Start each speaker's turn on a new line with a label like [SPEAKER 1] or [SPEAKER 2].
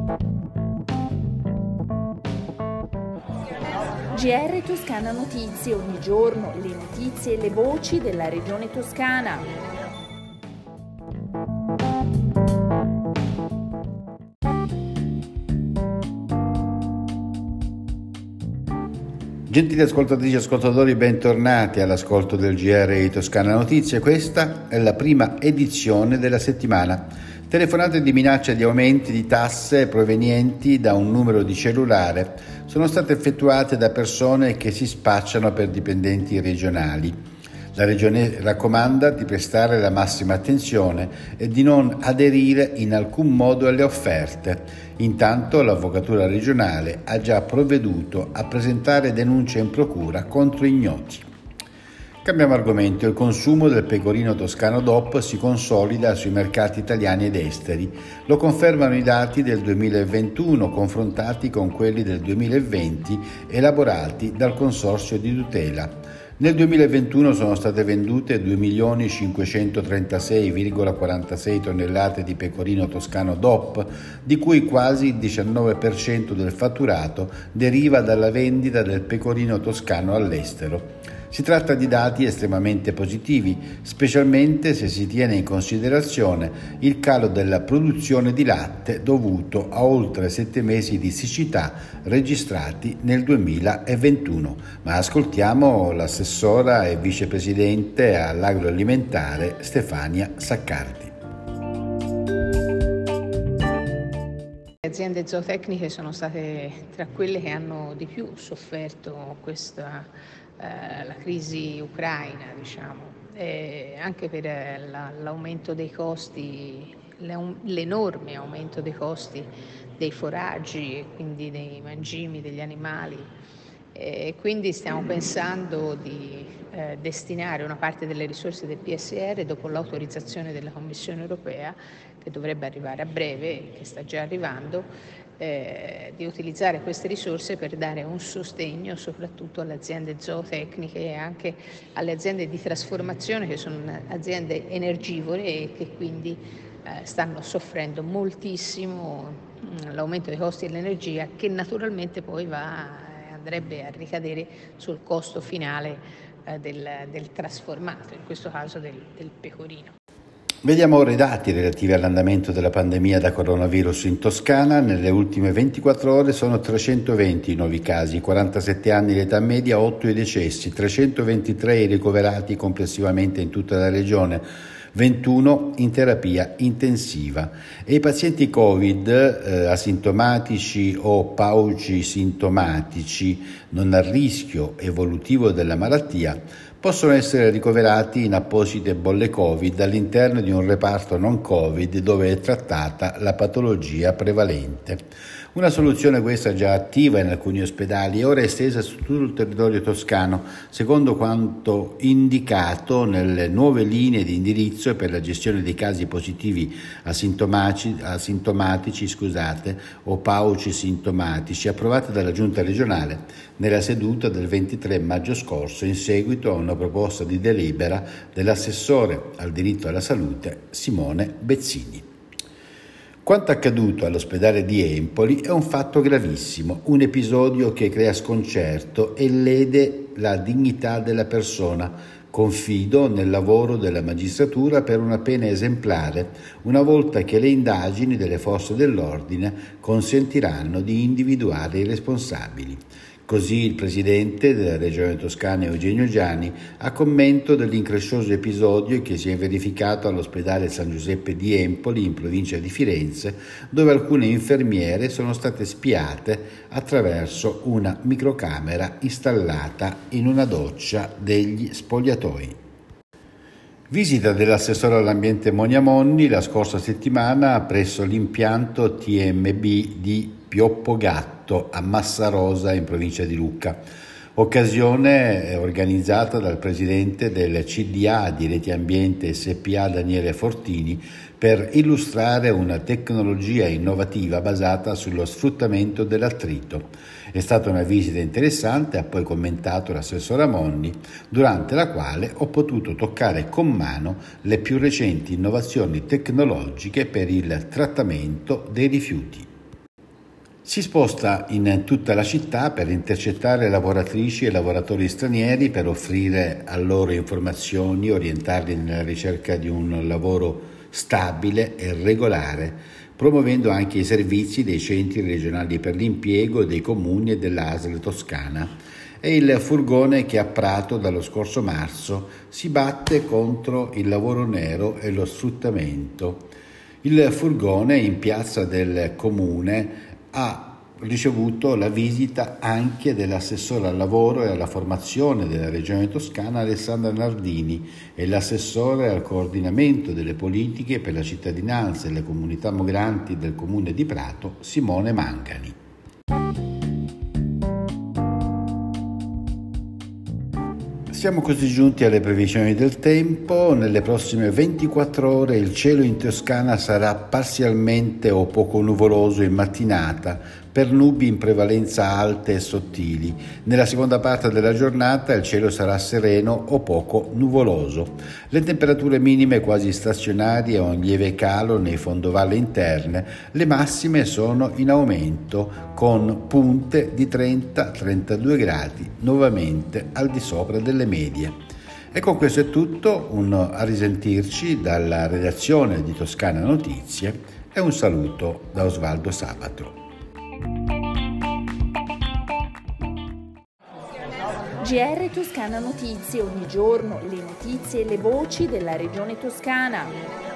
[SPEAKER 1] GR Toscana Notizie, ogni giorno le notizie e le voci della regione toscana.
[SPEAKER 2] Gentili ascoltatrici e ascoltatori, bentornati all'ascolto del GR Toscana Notizie. Questa è la prima edizione della settimana. Telefonate di minaccia di aumenti di tasse provenienti da un numero di cellulare sono state effettuate da persone che si spacciano per dipendenti regionali. La Regione raccomanda di prestare la massima attenzione e di non aderire in alcun modo alle offerte. Intanto l'Avvocatura regionale ha già provveduto a presentare denunce in procura contro ignoti. Cambiamo argomento. Il consumo del pecorino toscano DOP si consolida sui mercati italiani ed esteri. Lo confermano i dati del 2021 confrontati con quelli del 2020 elaborati dal Consorzio di tutela. Nel 2021 sono state vendute 2.536,46 tonnellate di pecorino toscano DOP, di cui quasi il 19% del fatturato deriva dalla vendita del pecorino toscano all'estero. Si tratta di dati estremamente positivi, specialmente se si tiene in considerazione il calo della produzione di latte dovuto a oltre 7 mesi di siccità registrati nel 2021. Ma ascoltiamo l'assessora e vicepresidente all'agroalimentare Stefania Saccardi.
[SPEAKER 3] Le aziende zootecniche sono state tra quelle che hanno di più sofferto la crisi ucraina, anche per l'aumento dei costi, l'enorme aumento dei costi dei foraggi e quindi dei mangimi degli animali. Quindi stiamo pensando di destinare una parte delle risorse del PSR, dopo l'autorizzazione della Commissione europea, che dovrebbe arrivare a breve, che sta già arrivando, di utilizzare queste risorse per dare un sostegno soprattutto alle aziende zootecniche e anche alle aziende di trasformazione, che sono aziende energivore e che quindi stanno soffrendo moltissimo l'aumento dei costi dell'energia, che naturalmente poi andrebbe a ricadere sul costo finale del trasformato, in questo caso del pecorino.
[SPEAKER 2] Vediamo ora i dati relativi all'andamento della pandemia da coronavirus in Toscana. Nelle ultime 24 ore sono 320 i nuovi casi, 47 anni l'età media, 8 i decessi, 323 i ricoverati complessivamente in tutta la regione, 21 in terapia intensiva, e i pazienti Covid asintomatici o paucisintomatici non a rischio evolutivo della malattia possono essere ricoverati in apposite bolle Covid all'interno di un reparto non Covid dove è trattata la patologia prevalente. Una soluzione questa già attiva in alcuni ospedali e ora estesa su tutto il territorio toscano, secondo quanto indicato nelle nuove linee di indirizzo per la gestione dei casi positivi asintomatici o paucisintomatici, approvate dalla Giunta regionale nella seduta del 23 maggio scorso in seguito a una proposta di delibera dell'assessore al diritto alla salute Simone Bezzini. Quanto accaduto all'ospedale di Empoli è un fatto gravissimo, un episodio che crea sconcerto e lede la dignità della persona. Confido nel lavoro della magistratura per una pena esemplare, una volta che le indagini delle forze dell'ordine consentiranno di individuare i responsabili. Così il presidente della Regione Toscana Eugenio Giani a commento dell'increscioso episodio che si è verificato all'ospedale San Giuseppe di Empoli in provincia di Firenze, dove alcune infermiere sono state spiate attraverso una microcamera installata in una doccia degli spogliatoi. Visita dell'assessore all'ambiente Monia Monni la scorsa settimana presso l'impianto TMB di Pioppogatto a Massarosa in provincia di Lucca. Occasione organizzata dal presidente del CDA di Reti Ambiente SPA Daniele Fortini per illustrare una tecnologia innovativa basata sullo sfruttamento dell'attrito. È stata una visita interessante, ha poi commentato l'assessora Monni, durante la quale ho potuto toccare con mano le più recenti innovazioni tecnologiche per il trattamento dei rifiuti. Si sposta in tutta la città per intercettare lavoratrici e lavoratori stranieri per offrire a loro informazioni, orientarli nella ricerca di un lavoro stabile e regolare, promuovendo anche i servizi dei centri regionali per l'impiego, dei comuni e dell'ASL Toscana. È il furgone che a Prato dallo scorso marzo si batte contro il lavoro nero e lo sfruttamento. Il furgone in piazza del comune ha ricevuto la visita anche dell'assessore al lavoro e alla formazione della Regione Toscana Alessandra Nardini e l'assessore al coordinamento delle politiche per la cittadinanza e le comunità migranti del comune di Prato Simone Mangani. Siamo così giunti alle previsioni del tempo. Nelle prossime 24 ore il cielo in Toscana sarà parzialmente o poco nuvoloso in mattinata, per nubi in prevalenza alte e sottili. Nella seconda parte della giornata il cielo sarà sereno o poco nuvoloso. Le temperature minime quasi stazionarie o in lieve calo nei fondovalle interne. Le massime sono in aumento, con punte di 30-32 gradi, nuovamente al di sopra delle medie. E con questo è tutto, a risentirci dalla redazione di Toscana Notizie e un saluto da Osvaldo Sabato.
[SPEAKER 1] GR Toscana Notizie, ogni giorno le notizie e le voci della regione toscana.